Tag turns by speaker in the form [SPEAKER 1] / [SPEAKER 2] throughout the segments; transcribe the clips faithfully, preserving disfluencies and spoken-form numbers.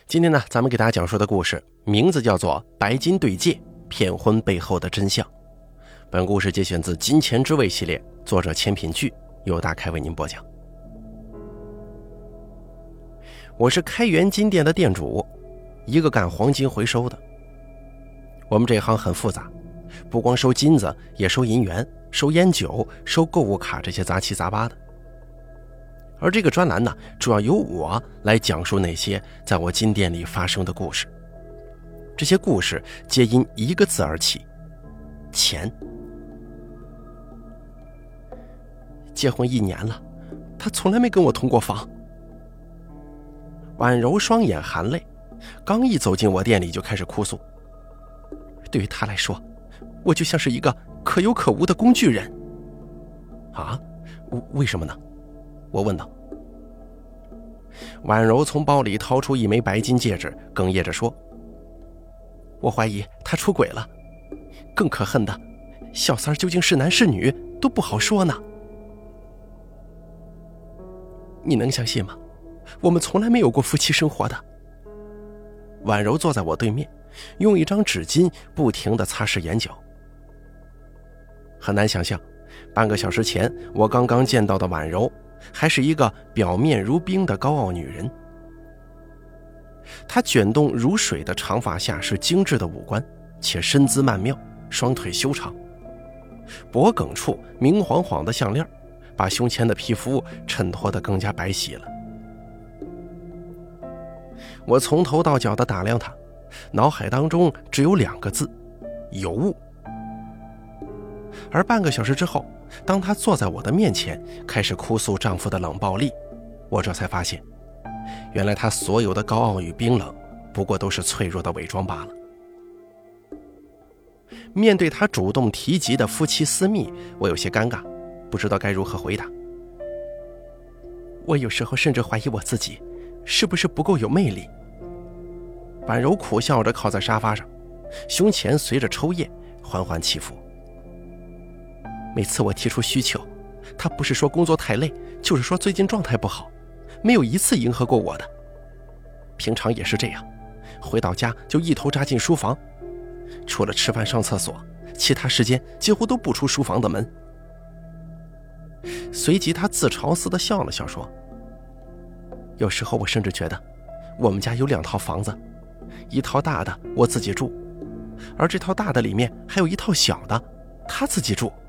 [SPEAKER 1] 今天呢，咱们给大家讲述的故事名字叫做《白金对戒：骗婚背后的真相》。本故事节选自《金钱之味》系列，作者千品剧，由大开为您播讲。我是开元金店的店主，一个干黄金回收的。我们这行很复杂，不光收金子，也收银元、收烟酒、收购物卡这些杂七杂八的。而这个专栏呢，主要由我来讲述那些在我金店里发生的故事。这些故事皆因一个字而起：钱。结婚一年了，他从来没跟我同过房。婉柔双眼含泪，刚一走进我店里就开始哭诉。对于他来说，我就像是一个可有可无的工具人。啊？为什么呢？我问道。婉柔从包里掏出一枚白金戒指，哽咽着说：我怀疑他出轨了，更可恨的，小三究竟是男是女都不好说呢。你能相信吗？我们从来没有过夫妻生活的。婉柔坐在我对面，用一张纸巾不停地擦拭眼角。很难想象，半个小时前我刚刚见到的婉柔还是一个表面如冰的高傲女人。她卷动如水的长发下是精致的五官，且身姿曼妙，双腿修长，脖颈处明晃晃的项链把胸前的皮肤衬托得更加白皙了。我从头到脚地打量她，脑海当中只有两个字：尤物。而半个小时之后，当她坐在我的面前开始哭诉丈夫的冷暴力，我这才发现，原来她所有的高傲与冰冷不过都是脆弱的伪装罢了。面对她主动提及的夫妻私密，我有些尴尬，不知道该如何回答。我有时候甚至怀疑我自己是不是不够有魅力。婉柔苦笑着靠在沙发上，胸前随着抽噎缓缓起伏。每次我提出需求，他不是说工作太累，就是说最近状态不好，没有一次迎合过我的。平常也是这样，回到家就一头扎进书房，除了吃饭上厕所，其他时间几乎都不出书房的门。随即他自嘲似的笑了笑说：有时候我甚至觉得我们家有两套房子，一套大的我自己住，而这套大的里面还有一套小的他自己住。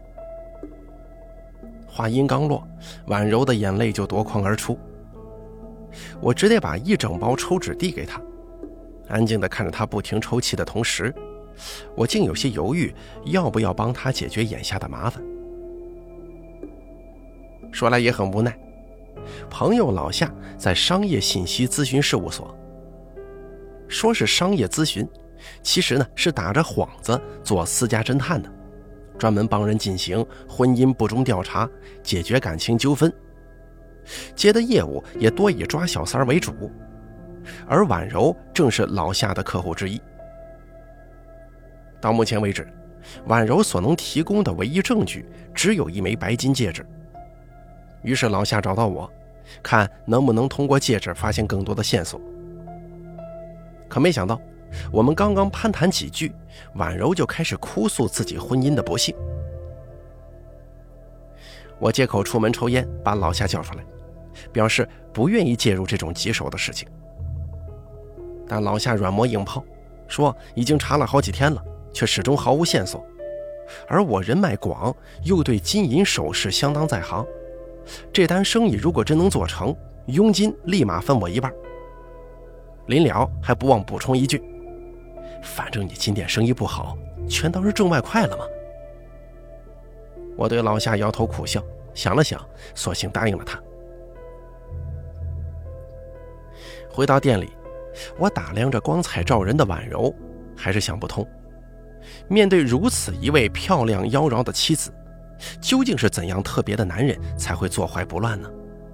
[SPEAKER 1] 话音刚落，婉柔的眼泪就夺眶而出，我只得把一整包抽纸递给她，安静地看着她不停抽泣的同时，我竟有些犹豫要不要帮她解决眼下的麻烦。说来也很无奈，朋友老夏在商业信息咨询事务所，说是商业咨询，其实呢是打着幌子做私家侦探的，专门帮人进行婚姻不忠调查，解决感情纠纷，接的业务也多以抓小三为主，而婉柔正是老夏的客户之一。到目前为止，婉柔所能提供的唯一证据只有一枚白金戒指。于是老夏找到我，看能不能通过戒指发现更多的线索。可没想到，我们刚刚攀谈几句，婉柔就开始哭诉自己婚姻的不幸。我借口出门抽烟，把老夏叫出来，表示不愿意介入这种棘手的事情。但老夏软磨硬泡，说已经查了好几天了，却始终毫无线索。而我人脉广，又对金银首饰相当在行，这单生意如果真能做成，佣金立马分我一半。临了还不忘补充一句：反正你金店生意不好，全当是挣外快了吗？我对老夏摇头苦笑，想了想，索性答应了他。回到店里，我打量着光彩照人的婉柔，还是想不通，面对如此一位漂亮妖娆的妻子，究竟是怎样特别的男人才会坐怀不乱呢？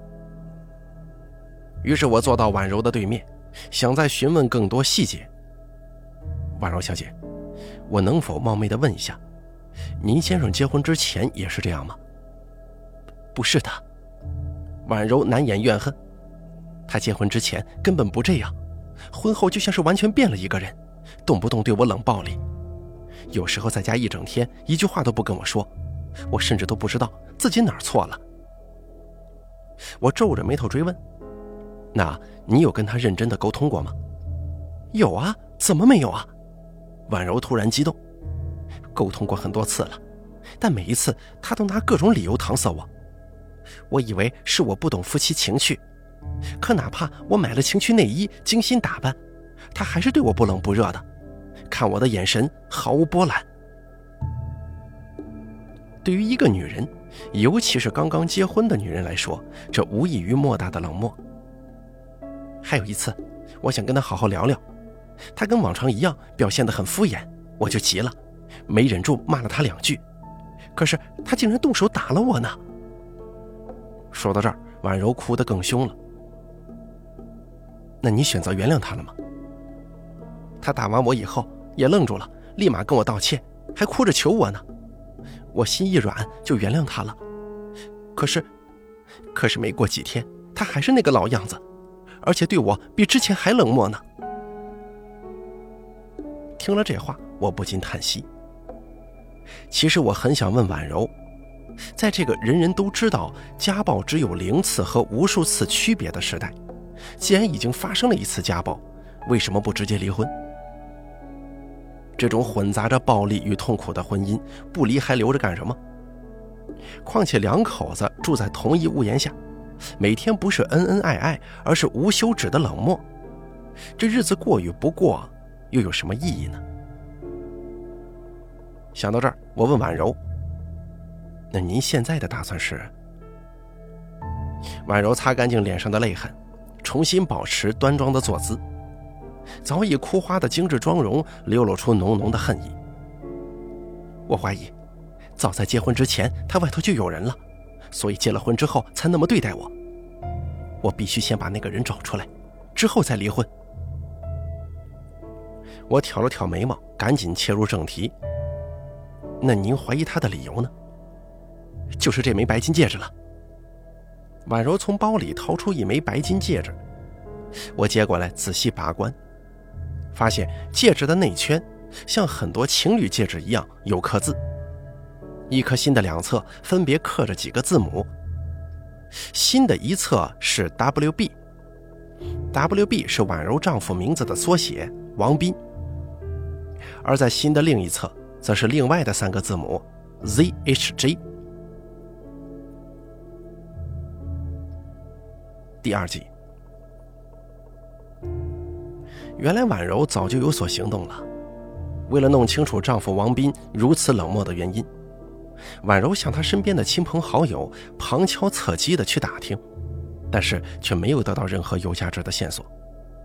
[SPEAKER 1] 于是我坐到婉柔的对面，想再询问更多细节。婉柔小姐，我能否冒昧地问一下，您先生结婚之前也是这样吗？不是的。婉柔难掩怨恨，他结婚之前根本不这样， 婚后就像是完全变了一个人，动不动对我冷暴力，有时候在家一整天一句话都不跟我说，我甚至都不知道自己哪儿错了。我皱着眉头追问，那你有跟他认真的沟通过吗？有啊，怎么没有啊？婉柔突然激动，沟通过很多次了，但每一次他都拿各种理由搪塞我。我以为是我不懂夫妻情趣，可哪怕我买了情趣内衣，精心打扮，他还是对我不冷不热的，看我的眼神毫无波澜。对于一个女人，尤其是刚刚结婚的女人来说，这无异于莫大的冷漠。还有一次，我想跟她好好聊聊，她跟往常一样表现得很敷衍，我就急了，没忍住骂了她两句，可是她竟然动手打了我呢。说到这儿，婉柔哭得更凶了。那你选择原谅她了吗？她打完我以后也愣住了，立马跟我道歉，还哭着求我呢。我心一软就原谅她了。可是可是没过几天，她还是那个老样子，而且对我比之前还冷漠呢。听了这话，我不禁叹息。其实我很想问婉柔，在这个人人都知道家暴只有零次和无数次区别的时代，既然已经发生了一次家暴，为什么不直接离婚？这种混杂着暴力与痛苦的婚姻，不离还留着干什么？况且两口子住在同一屋檐下，每天不是恩恩爱爱，而是无休止的冷漠，这日子过与不过，又有什么意义呢？想到这儿，我问婉柔，那您现在的打算是？婉柔擦干净脸上的泪痕，重新保持端庄的坐姿，早已枯花的精致妆容流露出浓浓的恨意。我怀疑早在结婚之前他外头就有人了，所以结了婚之后才那么对待我。我必须先把那个人找出来，之后再离婚。我挑了挑眉毛，赶紧切入正题。那您怀疑他的理由呢？就是这枚白金戒指了。婉柔从包里掏出一枚白金戒指，我接过来仔细把关，发现戒指的内圈像很多情侣戒指一样有刻字，一颗心的两侧分别刻着几个字母，心的一侧是 W B， W B 是婉柔丈夫名字的缩写王斌，而在心的另一侧则是另外的三个字母 Z H J。 第二集，原来婉柔早就有所行动了。为了弄清楚丈夫王斌如此冷漠的原因，婉柔向他身边的亲朋好友旁敲侧击地去打听，但是却没有得到任何有价值的线索。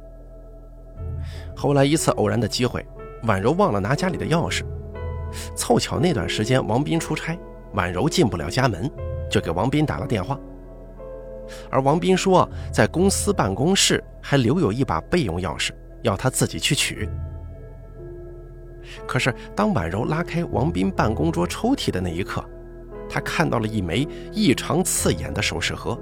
[SPEAKER 1] 后来一次偶然的机会，婉柔忘了拿家里的钥匙，凑巧那段时间王斌出差，婉柔进不了家门，就给王斌打了电话。而王斌说在公司办公室还留有一把备用钥匙，要他自己去取。可是当婉柔拉开王斌办公桌抽屉的那一刻，她看到了一枚异常刺眼的首饰盒。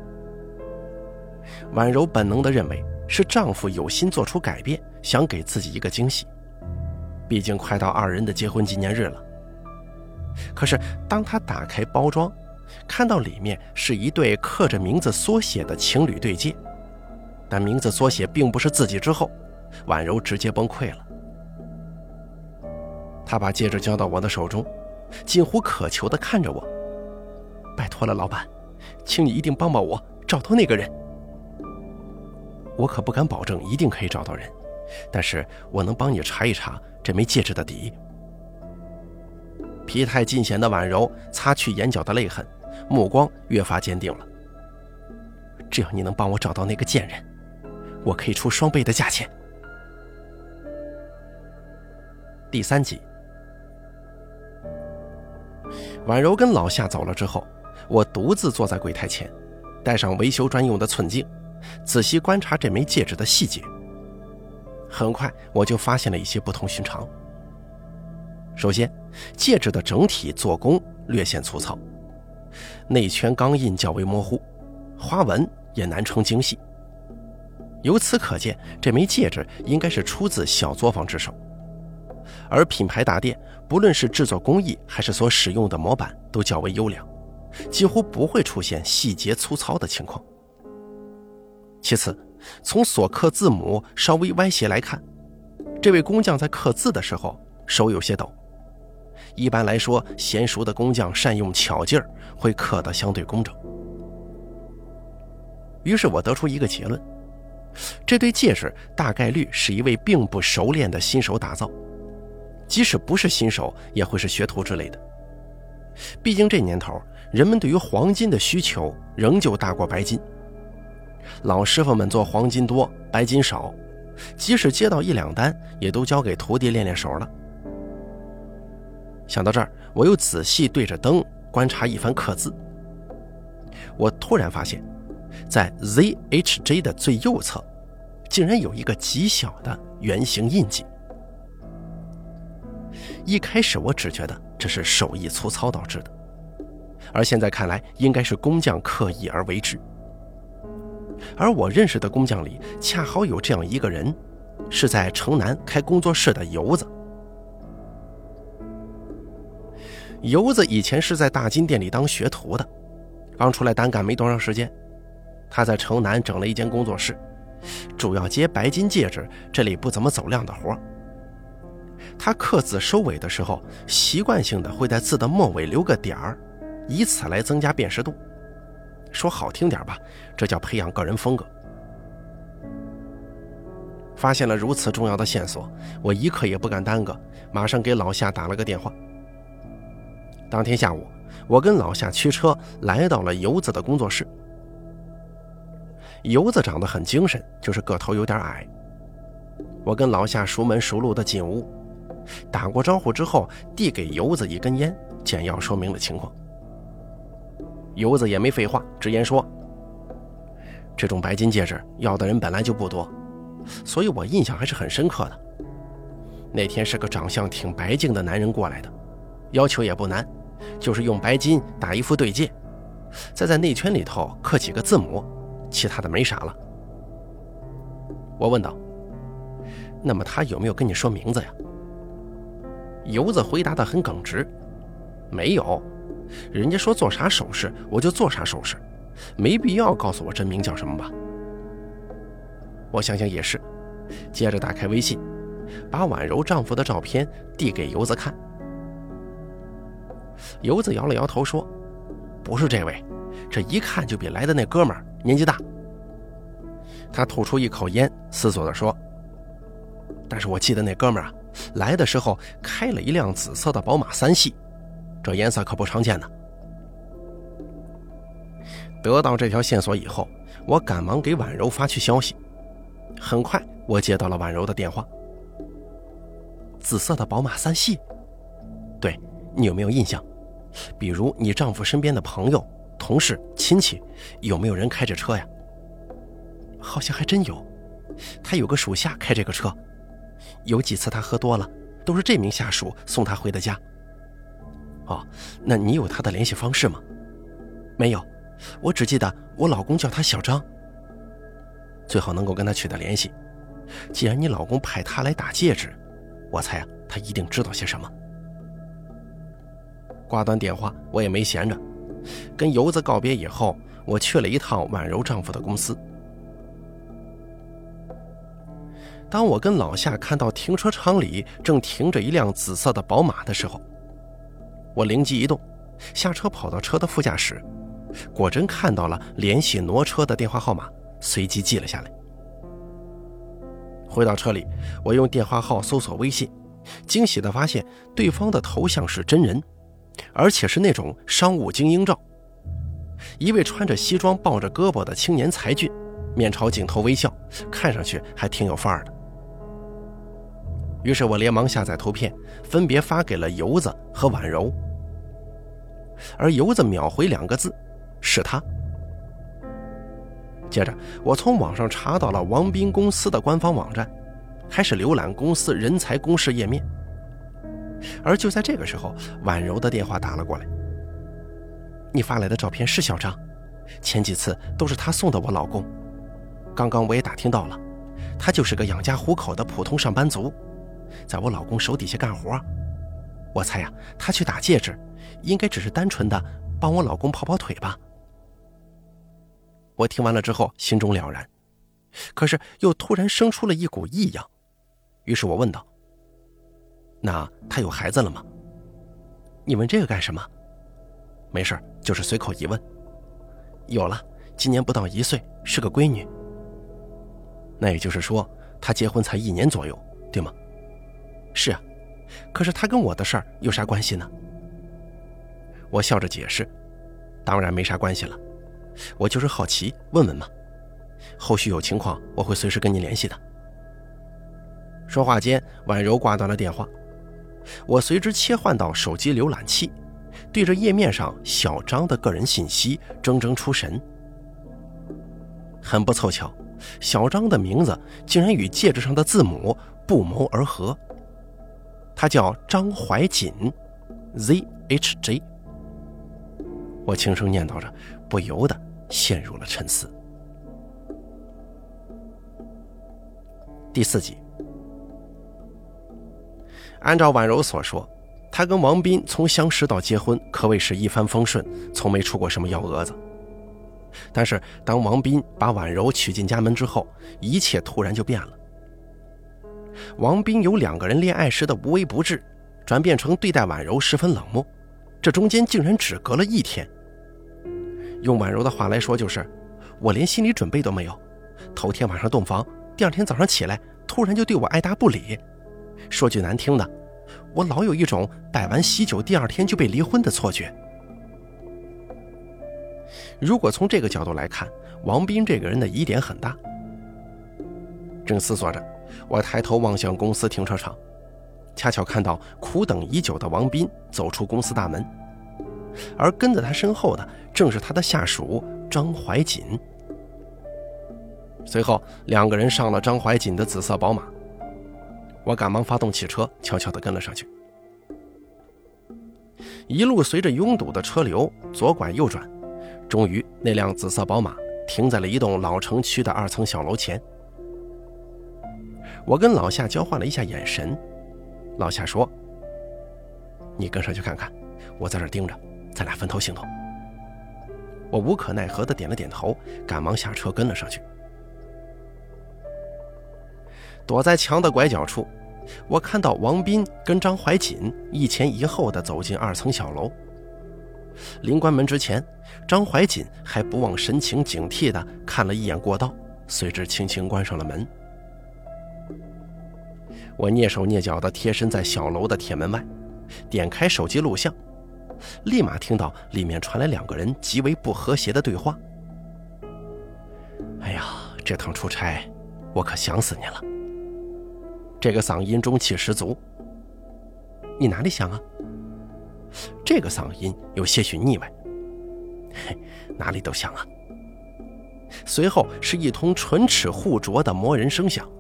[SPEAKER 1] 婉柔本能地认为是丈夫有心做出改变，想给自己一个惊喜，毕竟快到二人的结婚纪念日了。可是当她打开包装，看到里面是一对刻着名字缩写的情侣对戒，但名字缩写并不是自己之后，婉柔直接崩溃了。她把戒指交到我的手中，近乎渴求地看着我，拜托了老板，请你一定帮帮我找到那个人。我可不敢保证一定可以找到人，但是我能帮你查一查这枚戒指的底。疲态尽显的婉柔擦去眼角的泪痕，目光越发坚定了。只要你能帮我找到那个贱人，我可以出双倍的价钱。第三集，婉柔跟老夏走了之后，我独自坐在柜台前，戴上维修专用的寸镜，仔细观察这枚戒指的细节。很快我就发现了一些不同寻常。首先，戒指的整体做工略显粗糙，内圈钢印较为模糊，花纹也难称精细。 由此可见，这枚戒指应该是出自小作坊之手。而品牌大店不论是制作工艺还是所使用的模板都较为优良，几乎不会出现细节粗糙的情况。其次，从所刻字母稍微歪斜来看，这位工匠在刻字的时候手有些抖。一般来说，娴熟的工匠善用巧劲儿，会刻得相对工整。于是我得出一个结论，这对戒指大概率是一位并不熟练的新手打造，即使不是新手也会是学徒之类的。毕竟这年头，人们对于黄金的需求仍旧大过白金，老师傅们做黄金多白金少，即使接到一两单也都交给徒弟练练手了。想到这儿，我又仔细对着灯观察一番刻字，我突然发现在 Z H J 的最右侧竟然有一个极小的圆形印记。一开始我只觉得这是手艺粗糙导致的，而现在看来应该是工匠刻意而为之。而我认识的工匠里恰好有这样一个人，是在城南开工作室的游子。游子以前是在大金店里当学徒的，刚出来单干没多长时间，他在城南整了一间工作室，主要接白金戒指这里不怎么走量的活。他刻字收尾的时候，习惯性的会在字的末尾留个点儿，以此来增加辨识度。说好听点吧，这叫培养个人风格。发现了如此重要的线索，我一刻也不敢耽搁，马上给老夏打了个电话。当天下午，我跟老夏驱车来到了游子的工作室。游子长得很精神，就是个头有点矮。我跟老夏熟门熟路的进屋，打过招呼之后，递给游子一根烟，简要说明了情况。游子也没废话，直言说，这种白金戒指要的人本来就不多，所以我印象还是很深刻的。那天是个长相挺白净的男人过来的，要求也不难，就是用白金打一副对戒，再在内圈里头刻几个字母，其他的没啥了。我问道，那么他有没有跟你说名字呀？游子回答得很耿直，没有，人家说做啥手势我就做啥手势，没必要告诉我真名叫什么吧。我想想也是，接着打开微信，把婉柔丈夫的照片递给游子看。游子摇了摇头说，不是这位，这一看就比来的那哥们儿年纪大。他吐出一口烟，思索地说，但是我记得那哥们儿啊，来的时候开了一辆紫色的宝马三系，这颜色可不常见呢。得到这条线索以后，我赶忙给婉柔发去消息。很快我接到了婉柔的电话。紫色的宝马三系？对，你有没有印象？比如你丈夫身边的朋友、同事、亲戚，有没有人开着车呀？好像还真有，他有个属下开这个车，有几次他喝多了，都是这名下属送他回的家。哦，那你有他的联系方式吗？没有，我只记得我老公叫他小张。最好能够跟他取得联系，既然你老公派他来打戒指，我猜啊，他一定知道些什么。挂断电话，我也没闲着，跟游子告别以后，我去了一趟婉柔丈夫的公司。当我跟老夏看到停车场里正停着一辆紫色的宝马的时候，我灵机一动，下车跑到车的副驾驶，果真看到了联系挪车的电话号码，随即记了下来。回到车里，我用电话号搜索微信，惊喜地发现对方的头像是真人，而且是那种商务精英照，一位穿着西装抱着胳膊的青年才俊，面朝镜头微笑，看上去还挺有范儿的。于是我连忙下载图片，分别发给了游子和婉柔，而游子秒回两个字，是他。接着我从网上查到了王斌公司的官方网站，开始浏览公司人才公示页面。而就在这个时候，婉柔的电话打了过来。你发来的照片是小张，前几次都是他送的我老公。 刚刚我也打听到了，他就是个养家糊口的普通上班族，在我老公手底下干活。我猜呀、啊，他去打戒指，应该只是单纯的帮我老公跑跑腿吧。我听完了之后，心中了然，可是又突然生出了一股异样，于是我问道：“那他有孩子了吗？”“你问这个干什么？”“没事，就是随口一问。”“有了，今年不到一岁，是个闺女。”“那也就是说，他结婚才一年左右，对吗？”“是啊，可是他跟我的事儿有啥关系呢？”我笑着解释：“当然没啥关系了，我就是好奇，问问嘛。后续有情况，我会随时跟您联系的。”说话间，婉柔挂断了电话，我随之切换到手机浏览器，对着页面上小张的个人信息怔怔出神。很不凑巧，小张的名字竟然与戒指上的字母不谋而合，他叫张怀瑾 Z H J。 我轻声念叨着，不由得陷入了沉思。第四集，按照婉柔所说，她跟王斌从相识到结婚可谓是一帆风顺，从没出过什么幺蛾子。但是当王斌把婉柔娶进家门之后，一切突然就变了。王斌由两个人恋爱时的无微不至，转变成对待婉柔十分冷漠，这中间竟然只隔了一天。用婉柔的话来说，就是我连心理准备都没有，头天晚上洞房，第二天早上起来突然就对我爱答不理。说句难听的，我老有一种摆完喜酒第二天就被离婚的错觉。如果从这个角度来看，王斌这个人的疑点很大。正思索着，我抬头望向公司停车场，恰巧看到苦等已久的王斌走出公司大门，而跟在他身后的正是他的下属张怀瑾。随后两个人上了张怀瑾的紫色宝马，我赶忙发动汽车，悄悄地跟了上去。一路随着拥堵的车流左拐右转，终于那辆紫色宝马停在了一栋老城区的二层小楼前。我跟老夏交换了一下眼神，老夏说：“你跟上去看看，我在这儿盯着，咱俩分头行动。”我无可奈何地点了点头，赶忙下车跟了上去。躲在墙的拐角处，我看到王斌跟张怀瑾一前一后地走进二层小楼。临关门之前，张怀瑾还不忘神情警惕地看了一眼过道，随之轻轻关上了门。我蹑手蹑脚地贴身在小楼的铁门外，点开手机录像，立马听到里面传来两个人极为不和谐的对话。哎呀，这趟出差我可想死你了。这个嗓音中气十足。你哪里想啊？这个嗓音有些许腻歪。嘿，哪里都想啊。随后是一通唇齿互啄的磨人声响。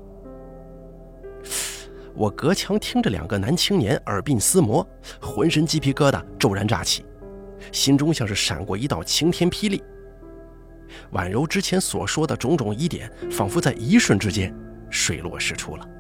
[SPEAKER 1] 我隔墙听着两个男青年耳鬓厮磨，浑身鸡皮疙瘩骤然炸起，心中像是闪过一道晴天霹雳。婉柔之前所说的种种疑点，仿佛在一瞬之间水落石出了。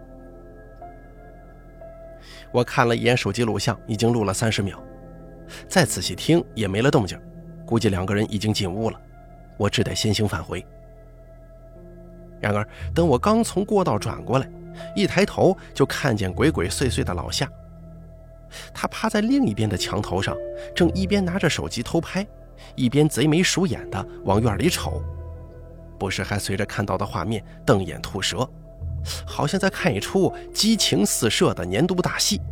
[SPEAKER 1] 我看了一眼手机录像，已经录了三十秒，再仔细听也没了动静，估计两个人已经进屋了，我只得先行返回。然而等我刚从过道转过来，一抬头就看见鬼鬼祟祟的老夏，他趴在另一边的墙头上，正一边拿着手机偷拍，一边贼眉鼠眼的往院里瞅，不时还随着看到的画面瞪眼吐舌，好像在看一出激情四射的年度大戏。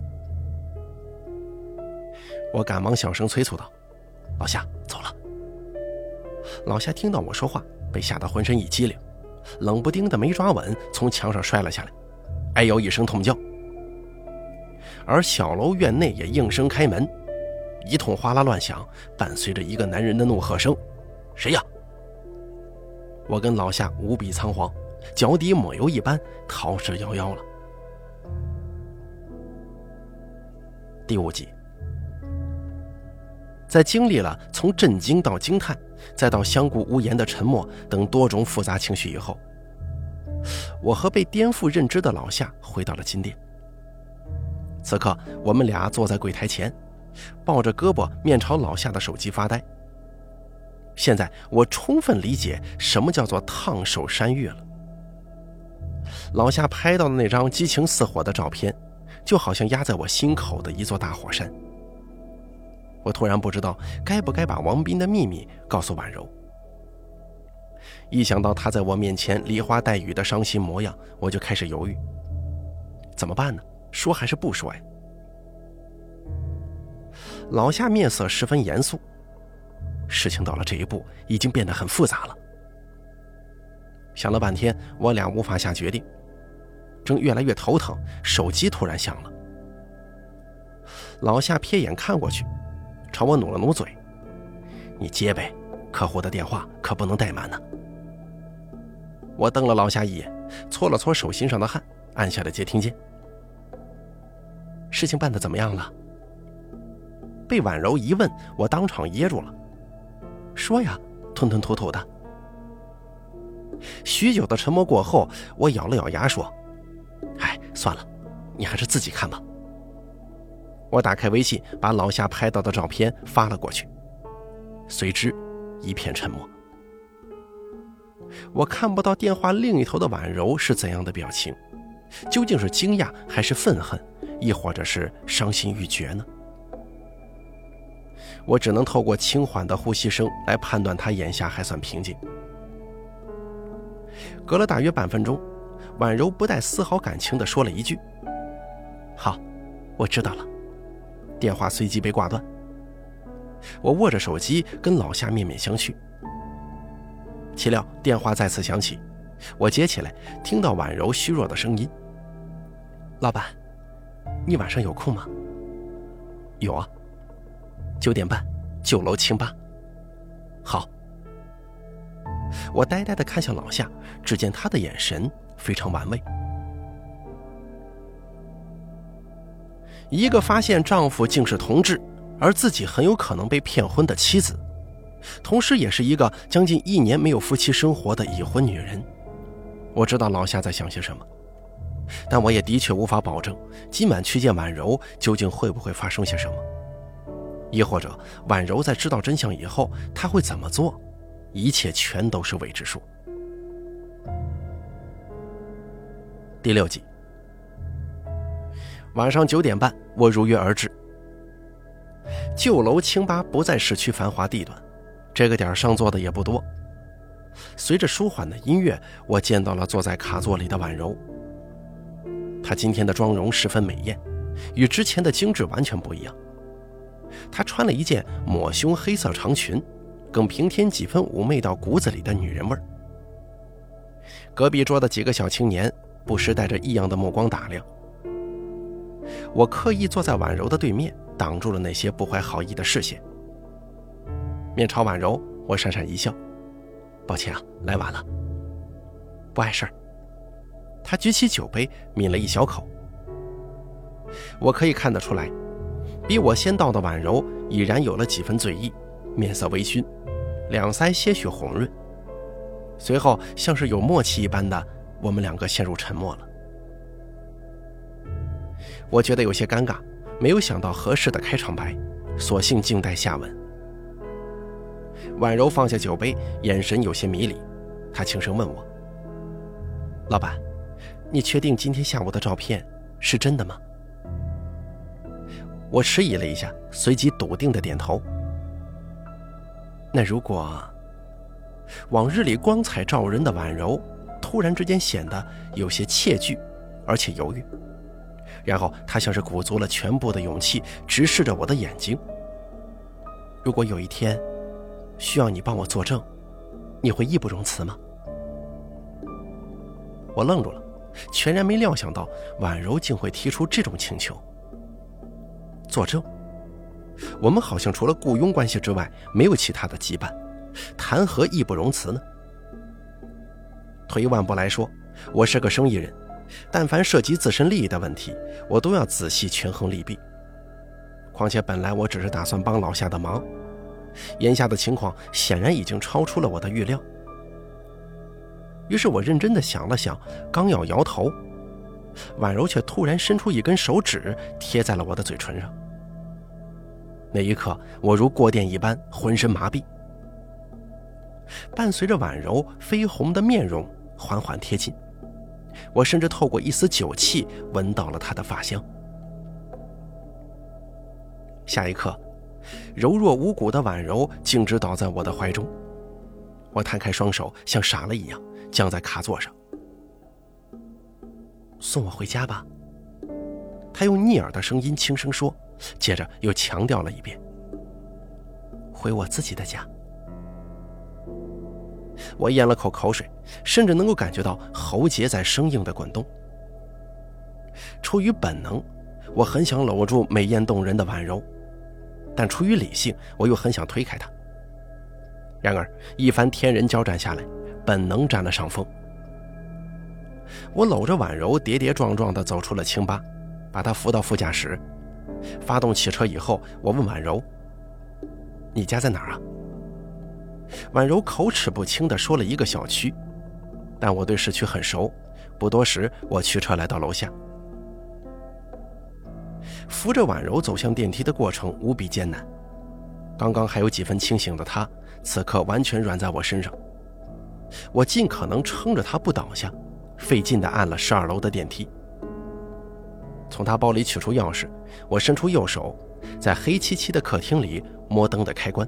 [SPEAKER 1] 我赶忙小声催促道：“老夏，走了。”老夏听到我说话，被吓得浑身一激灵，冷不丁的没抓稳，从墙上摔了下来，哎呦一声痛叫。而小楼院内也应声开门，一通哗啦乱响，伴随着一个男人的怒喝声：“谁呀？”我跟老夏无比仓皇，脚底抹油一般逃之夭夭了。第五集，在经历了从震惊到惊叹再到相顾无言的沉默等多种复杂情绪以后，我和被颠覆认知的老夏回到了金店。此刻我们俩坐在柜台前，抱着胳膊面朝老夏的手机发呆。现在我充分理解什么叫做烫手山芋了。老夏拍到的那张激情似火的照片，就好像压在我心口的一座大火山。我突然不知道该不该把王斌的秘密告诉婉柔。一想到他在我面前梨花带雨的伤心模样，我就开始犹豫，怎么办呢？说还是不说呀？老夏面色十分严肃，事情到了这一步已经变得很复杂了。想了半天，我俩无法下决定，正越来越头疼，手机突然响了。老夏瞥眼看过去，朝我努了努嘴：“你接呗，客户的电话可不能怠慢呢。”我瞪了老夏一眼，搓了搓手心上的汗，按下了接听键。事情办得怎么样了？被婉柔一问，我当场噎住了。说呀，吞吞吐吐的。许久的沉默过后，我咬了咬牙说：“哎，算了，你还是自己看吧。”我打开微信，把老夏拍到的照片发了过去，随之一片沉默。我看不到电话另一头的婉柔是怎样的表情，究竟是惊讶还是愤恨，亦或者是伤心欲绝呢？我只能透过轻缓的呼吸声来判断他眼下还算平静。隔了大约半分钟，婉柔不带丝毫感情地说了一句：“好，我知道了。”电话随即被挂断。我握着手机跟老夏面面相觑，岂料电话再次响起，我接起来，听到婉柔虚弱的声音：“老板，你晚上有空吗？”“有啊，九点半，九楼清吧。”“好。”我呆呆地看向老夏，只见他的眼神非常玩味。一个发现丈夫竟是同志，而自己很有可能被骗婚的妻子，同时也是一个将近一年没有夫妻生活的已婚女人。我知道老夏在想些什么，但我也的确无法保证今晚去见婉柔究竟会不会发生些什么，亦或者婉柔在知道真相以后她会怎么做，一切全都是未知数。第六集，晚上九点半，我如约而至。旧楼清吧不在市区繁华地段，这个点上座的也不多。随着舒缓的音乐，我见到了坐在卡座里的婉柔。她今天的妆容十分美艳，与之前的精致完全不一样。她穿了一件抹胸黑色长裙，更平添几分妩媚到骨子里的女人味儿。隔壁桌的几个小青年不时带着异样的目光打量。我刻意坐在婉柔的对面，挡住了那些不怀好意的视线。面朝婉柔，我讪讪一笑：“抱歉啊，来晚了。”“不碍事儿。”她举起酒杯抿了一小口。我可以看得出来，比我先到的婉柔已然有了几分醉意，面色微醺，两腮些许红润。随后像是有默契一般的，我们两个陷入沉默了。我觉得有些尴尬，没有想到合适的开场白，索性静待下文。婉柔放下酒杯，眼神有些迷离，她轻声问我：“老板，你确定今天下午的照片是真的吗？”我迟疑了一下，随即笃定地点头。那如果……往日里光彩照人的婉柔突然之间显得有些怯惧，而且犹豫，然后她像是鼓足了全部的勇气，直视着我的眼睛：“如果有一天需要你帮我作证，你会义不容辞吗？”我愣住了，全然没料想到婉柔竟会提出这种请求。作证？我们好像除了雇佣关系之外没有其他的羁绊，谈何义不容辞呢？退一万步来说，我是个生意人，但凡涉及自身利益的问题，我都要仔细权衡利弊。况且本来我只是打算帮老夏的忙， 眼下的情况显然已经超出了我的预料。于是我认真地想了想，刚要摇头，婉柔却突然伸出一根手指贴在了我的嘴唇上。那一刻我如过电一般浑身麻痹，伴随着婉柔绯红的面容缓缓贴近，我甚至透过一丝酒气闻到了她的发香。下一刻，柔弱无骨的婉柔径直倒在我的怀中，我摊开双手像傻了一样僵在卡座上。送我回家吧，她用逆耳的声音轻声说，接着又强调了一遍，回我自己的家。我咽了口口水，甚至能够感觉到喉结在生硬的滚动。出于本能，我很想搂住美艳动人的婉柔，但出于理性，我又很想推开她。然而一番天人交战下来，本能占了上风。我搂着婉柔跌跌撞撞地走出了清吧，把她扶到副驾驶。发动汽车以后，我问婉柔，你家在哪儿啊？婉柔口齿不清地说了一个小区，但我对市区很熟，不多时我驱车来到楼下。扶着婉柔走向电梯的过程无比艰难，刚刚还有几分清醒的她，此刻完全软在我身上。我尽可能撑着她不倒下，费劲地按了十二楼的电梯。从她包里取出钥匙，我伸出右手，在黑漆漆的客厅里摸灯的开关。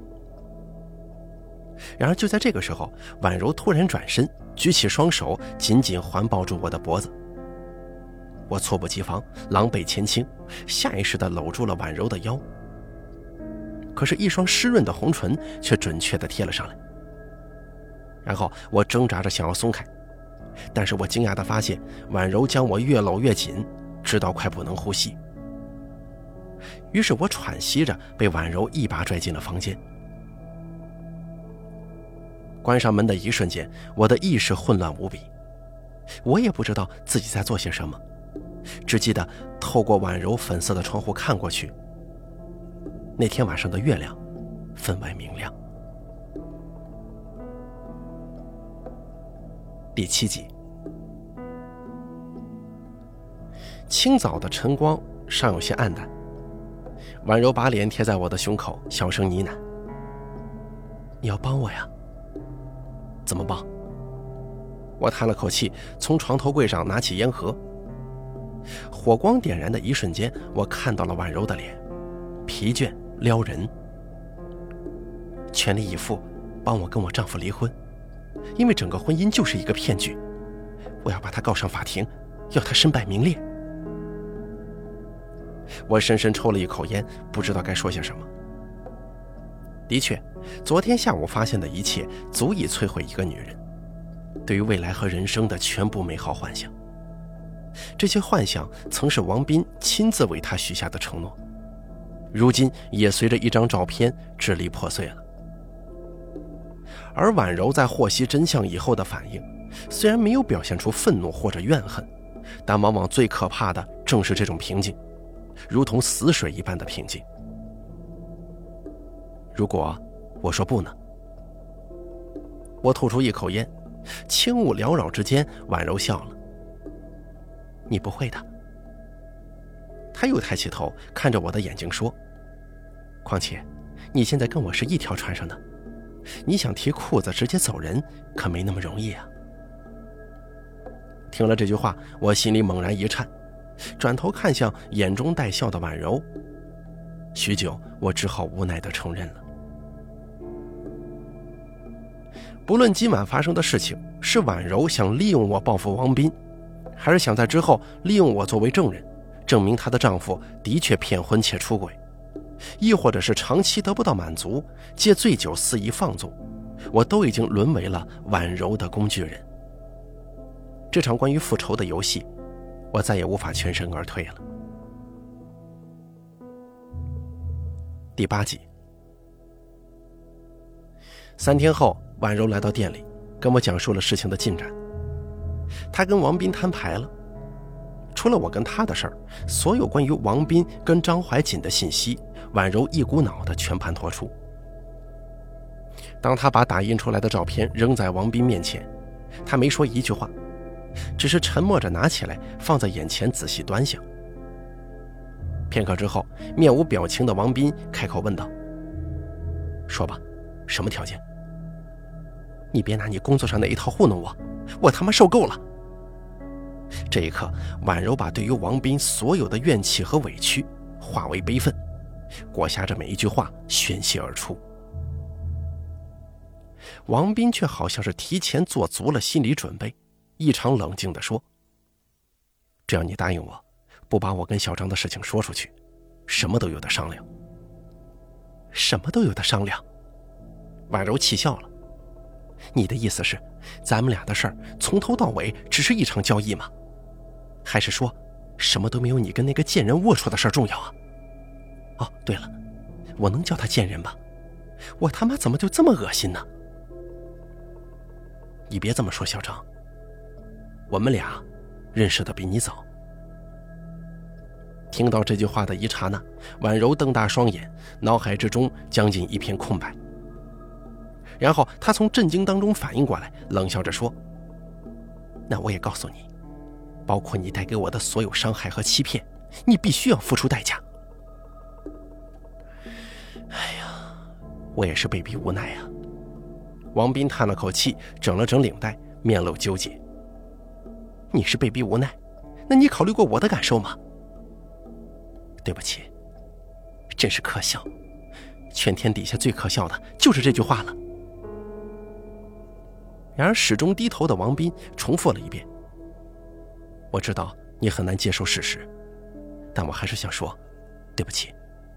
[SPEAKER 1] 然而就在这个时候，婉柔突然转身，举起双手紧紧环抱住我的脖子。我猝不及防，狼狈前倾，下意识地搂住了婉柔的腰。可是一双湿润的红唇却准确地贴了上来。然后我挣扎着想要松开，但是我惊讶地发现婉柔将我越搂越紧，直到快不能呼吸。于是我喘息着被婉柔一把拽进了房间。关上门的一瞬间，我的意识混乱无比，我也不知道自己在做些什么，只记得透过婉柔粉色的窗户看过去，那天晚上的月亮分外明亮。第七集，清早的晨光尚有些暗淡，婉柔把脸贴在我的胸口，小声呢喃，你要帮我呀？怎么帮？我叹了口气，从床头柜上拿起烟盒。火光点燃的一瞬间，我看到了婉柔的脸，疲倦撩人。全力以赴帮我跟我丈夫离婚，因为整个婚姻就是一个骗局，我要把他告上法庭，要他身败名裂。我深深抽了一口烟，不知道该说些什么。的确，昨天下午发现的一切足以摧毁一个女人对于未来和人生的全部美好幻想。这些幻想曾是王斌亲自为她许下的承诺，如今也随着一张照片支离破碎了。而婉柔在获悉真相以后的反应，虽然没有表现出愤怒或者怨恨，但往往最可怕的正是这种平静，如同死水一般的平静。如果我说不呢？我吐出一口烟，轻雾缭绕之间，婉柔笑了。你不会的。他又抬起头看着我的眼睛说，况且你现在跟我是一条船上的，你想提裤子直接走人可没那么容易啊。听了这句话，我心里猛然一颤，转头看向眼中带笑的婉柔。许久，我只好无奈地承认了。不论今晚发生的事情是婉柔想利用我报复王斌，还是想在之后利用我作为证人，证明她的丈夫的确骗婚且出轨，亦或者是长期得不到满足，借醉酒肆意放纵，我都已经沦为了婉柔的工具人。这场关于复仇的游戏，我再也无法全身而退了。第八集，三天后，婉柔来到店里，跟我讲述了事情的进展。她跟王斌摊牌了，除了我跟他的事儿，所有关于王斌跟张怀瑾的信息，婉柔一股脑的全盘托出。 当他把打印出来的照片扔在王斌面前，他没说一句话，只是沉默着拿起来放在眼前仔细端详。片刻之后，面无表情的王斌开口问道：说吧，什么条件？你别拿你工作上那一套糊弄我，我他妈受够了。这一刻，婉柔把对于王斌所有的怨气和委屈化为悲愤，裹挟着每一句话宣泄而出。王斌却好像是提前做足了心理准备，异常冷静地说：只要你答应我，不把我跟小张的事情说出去，什么都有得商量。什么都有得商量？婉柔气笑了。你的意思是，咱们俩的事儿从头到尾只是一场交易吗？还是说，什么都没有你跟那个贱人龌龊的事儿重要啊？哦，对了，我能叫他贱人吧？我他妈怎么就这么恶心呢？你别这么说，小张，我们俩认识的比你早。听到这句话的一刹那，婉柔瞪大双眼，脑海之中将近一片空白。然后她从震惊当中反应过来，冷笑着说：那我也告诉你，包括你带给我的所有伤害和欺骗，你必须要付出代价。哎呀，我也是被逼无奈啊。王斌叹了口气，整了整领带，面露纠结。你是被逼无奈，那你考虑过我的感受吗？对不起，真是可笑，全天底下最可笑的就是这句话了。然而始终低头的王斌重复了一遍：我知道你很难接受事实，但我还是想说对不起。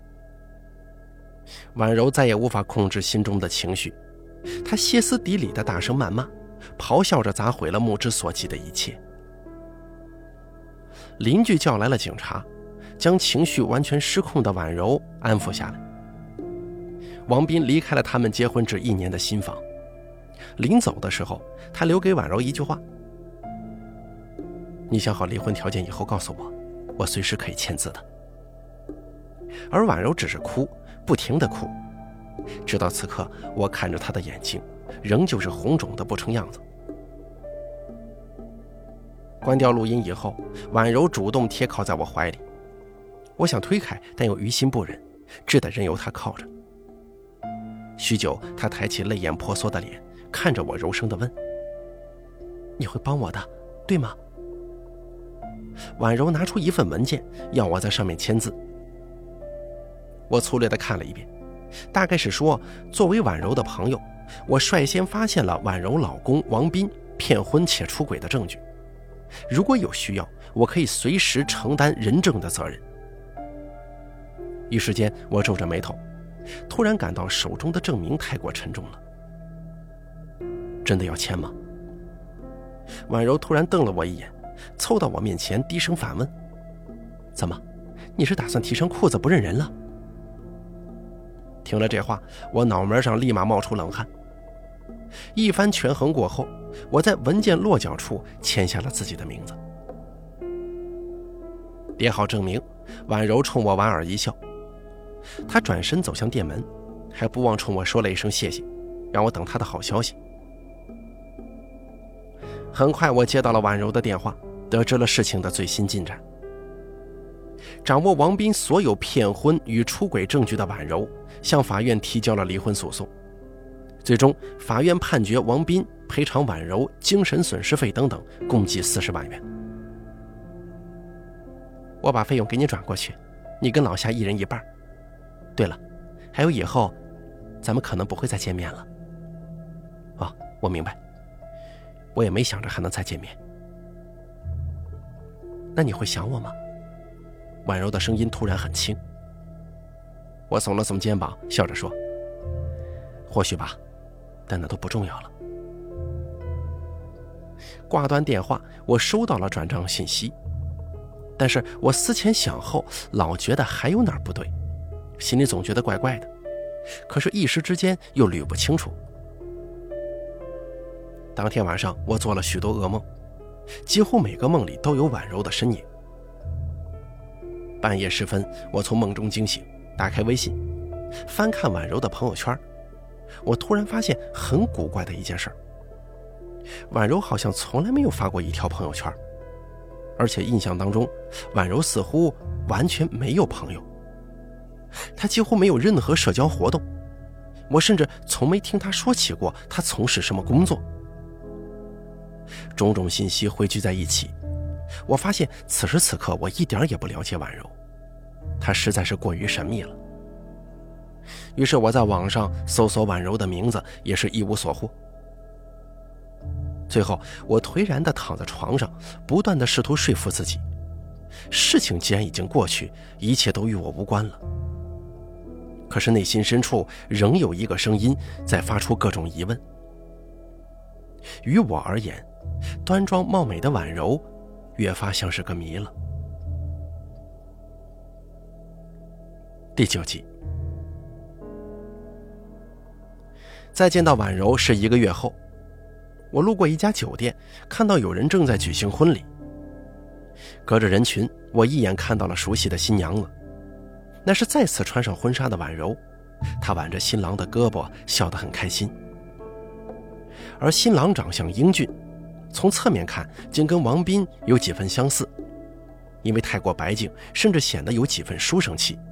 [SPEAKER 1] 婉柔再也无法控制心中的情绪，她歇斯底里的大声谩骂，咆哮着砸毁了目之所及的一切。邻居叫来了警察，将情绪完全失控的婉柔安抚下来。王斌离开了他们结婚只一年的新房，临走的时候，他留给婉柔一句话：你想好离婚条件以后告诉我，我随时可以签字的。而婉柔只是哭，不停地哭，直到此刻，我看着她的眼睛仍旧是红肿的不成样子。关掉录音以后，婉柔主动贴靠在我怀里，我想推开，但又于心不忍，只得任由她靠着。许久，她抬起泪眼婆娑的脸，看着我柔声地问：你会帮我的，对吗？婉柔拿出一份文件，要我在上面签字。我粗略地看了一遍，大概是说，作为婉柔的朋友，我率先发现了婉柔老公王斌骗婚且出轨的证据，如果有需要，我可以随时承担人证的责任。一时间，我皱着眉头，突然感到手中的证明太过沉重了。真的要签吗？婉柔突然瞪了我一眼，凑到我面前低声反问：怎么，你是打算提上裤子不认人了？听了这话，我脑门上立马冒出冷汗。一番权衡过后，我在文件落脚处签下了自己的名字。叠好证明，婉柔冲我莞尔一笑，她转身走向店门，还不忘冲我说了一声谢谢，让我等她的好消息。很快我接到了婉柔的电话，得知了事情的最新进展。掌握王斌所有骗婚与出轨证据的婉柔向法院提交了离婚诉讼，最终法院判决王斌赔偿婉柔精神损失费等等共计四十万元。我把费用给你转过去，你跟老夏一人一半。对了，还有以后咱们可能不会再见面了。哦，我明白，我也没想着还能再见面。那你会想我吗？婉柔的声音突然很轻。我耸了耸肩膀，笑着说：或许吧，但那都不重要了。挂断电话，我收到了转账信息，但是我思前想后，老觉得还有哪儿不对，心里总觉得怪怪的，可是一时之间又捋不清楚。当天晚上，我做了许多噩梦，几乎每个梦里都有婉柔的身影。半夜时分，我从梦中惊醒，打开微信，翻看婉柔的朋友圈， 我突然发现很古怪的一件事，婉柔好像从来没有发过一条朋友圈，而且印象当中婉柔似乎完全没有朋友，她几乎没有任何社交活动，我甚至从没听她说起过她从事什么工作。种种信息汇聚在一起，我发现此时此刻我一点也不了解婉柔，她实在是过于神秘了。于是我在网上搜索婉柔的名字，也是一无所获。最后我颓然地躺在床上，不断地试图说服自己，事情既然已经过去，一切都与我无关了。可是内心深处仍有一个声音在发出各种疑问。于我而言，端庄貌美的婉柔越发像是个谜了。第九集，再见到婉柔是一个月后，我路过一家酒店，看到有人正在举行婚礼。隔着人群，我一眼看到了熟悉的新娘子，那是再次穿上婚纱的婉柔，她挽着新郎的胳膊，笑得很开心。而新郎长相英俊，从侧面看竟跟王斌有几分相似，因为太过白净，甚至显得有几分书生气。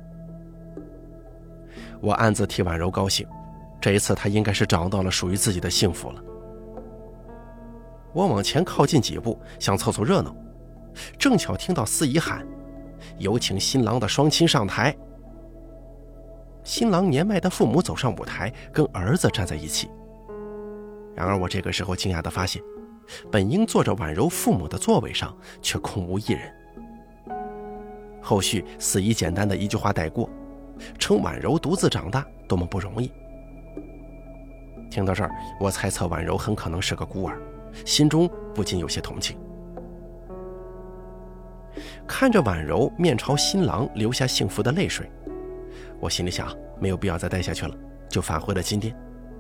[SPEAKER 1] 我暗自替婉柔高兴，这一次她应该是找到了属于自己的幸福了。我往前靠近几步，想凑凑热闹，正巧听到司仪喊：“有请新郎的双亲上台。”新郎年迈的父母走上舞台，跟儿子站在一起。然而我这个时候惊讶地发现，本应坐着婉柔父母的座位上却空无一人。后续司仪简单的一句话带过，称婉柔独自长大多么不容易。听到这儿，我猜测婉柔很可能是个孤儿，心中不禁有些同情。看着婉柔面朝新郎流下幸福的泪水，我心里想没有必要再待下去了，就返回了金店。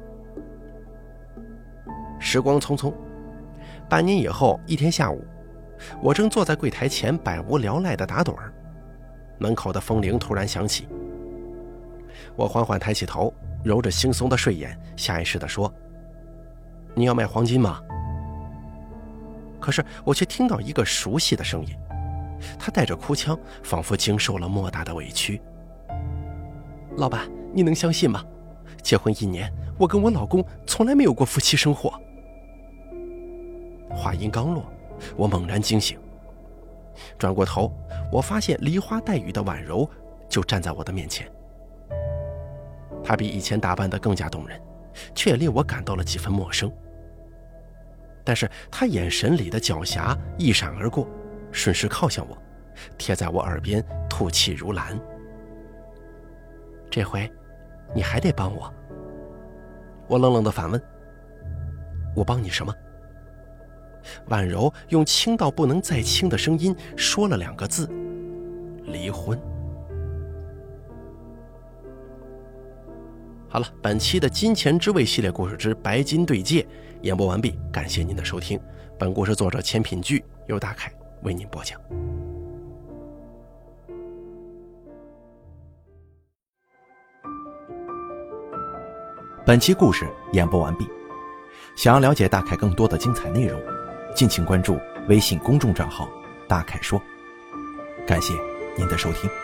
[SPEAKER 1] 时光匆匆，半年以后一天下午，我正坐在柜台前百无聊赖地打盹儿，门口的风铃突然响起。我缓缓抬起头，揉着惺忪的睡眼，下意识地说：“你要卖黄金吗？”可是我却听到一个熟悉的声音，他带着哭腔，仿佛经受了莫大的委屈。“老板，你能相信吗？结婚一年，我跟我老公从来没有过夫妻生活。”话音刚落，我猛然惊醒，转过头，我发现梨花带雨的婉柔就站在我的面前。她比以前打扮得更加动人，却也令我感到了几分陌生。但是她眼神里的狡黠一闪而过，顺势靠向我，贴在我耳边吐气如兰。“这回你还得帮我。”我冷冷地反问：“我帮你什么？”婉柔用轻到不能再轻的声音说了两个字：“离婚。”好了，本期的金钱之味系列故事之白金对戒演播完毕，感谢您的收听。本故事作者千品剧由大凯为您播讲。
[SPEAKER 2] 本期故事演播完毕，想要了解大凯更多的精彩内容，敬请关注微信公众账号大凯说。感谢您的收听。